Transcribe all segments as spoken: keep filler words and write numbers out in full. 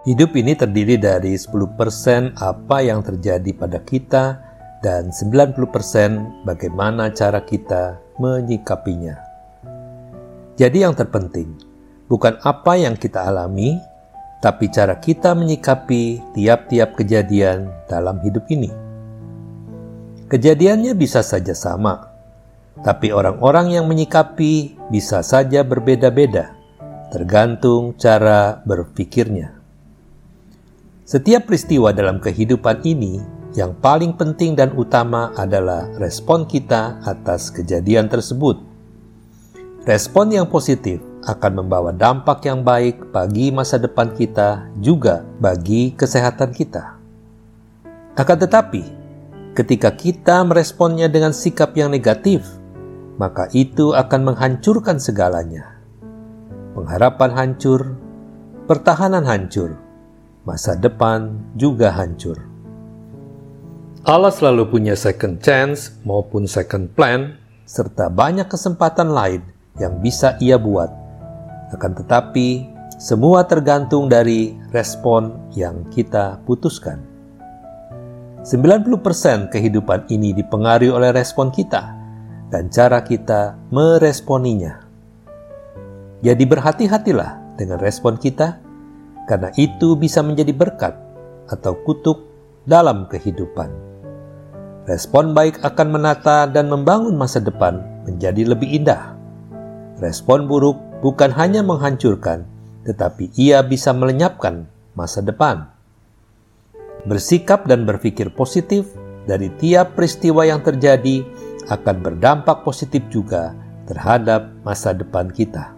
Hidup ini terdiri dari sepuluh persen apa yang terjadi pada kita dan sembilan puluh persen bagaimana cara kita menyikapinya. Jadi yang terpenting, bukan apa yang kita alami, tapi cara kita menyikapi tiap-tiap kejadian dalam hidup ini. Kejadiannya bisa saja sama, tapi orang-orang yang menyikapi bisa saja berbeda-beda, tergantung cara berpikirnya. Setiap peristiwa dalam kehidupan ini yang paling penting dan utama adalah respon kita atas kejadian tersebut. Respon yang positif akan membawa dampak yang baik bagi masa depan kita, juga bagi kesehatan kita. Akan tetapi, ketika kita meresponnya dengan sikap yang negatif, maka itu akan menghancurkan segalanya. Pengharapan hancur, pertahanan hancur, masa depan juga hancur. Allah selalu punya second chance maupun second plan, serta banyak kesempatan lain yang bisa Ia buat. Akan tetapi, semua tergantung dari respon yang kita putuskan. sembilan puluh persen kehidupan ini dipengaruhi oleh respon kita dan cara kita meresponinya. Jadi berhati-hatilah dengan respon kita, karena itu bisa menjadi berkat atau kutuk dalam kehidupan. Respon baik akan menata dan membangun masa depan menjadi lebih indah. Respon buruk bukan hanya menghancurkan, tetapi ia bisa melenyapkan masa depan. Bersikap dan berpikir positif dari tiap peristiwa yang terjadi akan berdampak positif juga terhadap masa depan kita.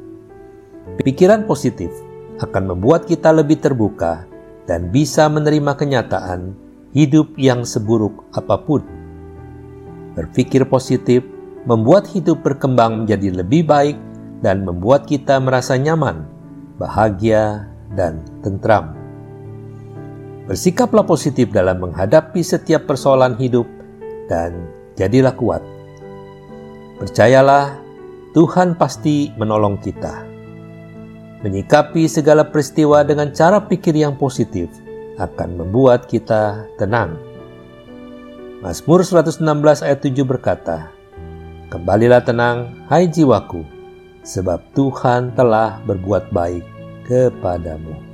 Pikiran positif akan membuat kita lebih terbuka dan bisa menerima kenyataan hidup yang seburuk apapun. Berpikir positif membuat hidup berkembang menjadi lebih baik dan membuat kita merasa nyaman, bahagia, dan tentram. Bersikaplah positif dalam menghadapi setiap persoalan hidup dan jadilah kuat. Percayalah, Tuhan pasti menolong kita. Menyikapi segala peristiwa dengan cara pikir yang positif akan membuat kita tenang. Mazmur seratus enam belas ayat tujuh berkata, "Kembalilah tenang, hai jiwaku, sebab Tuhan telah berbuat baik kepadamu."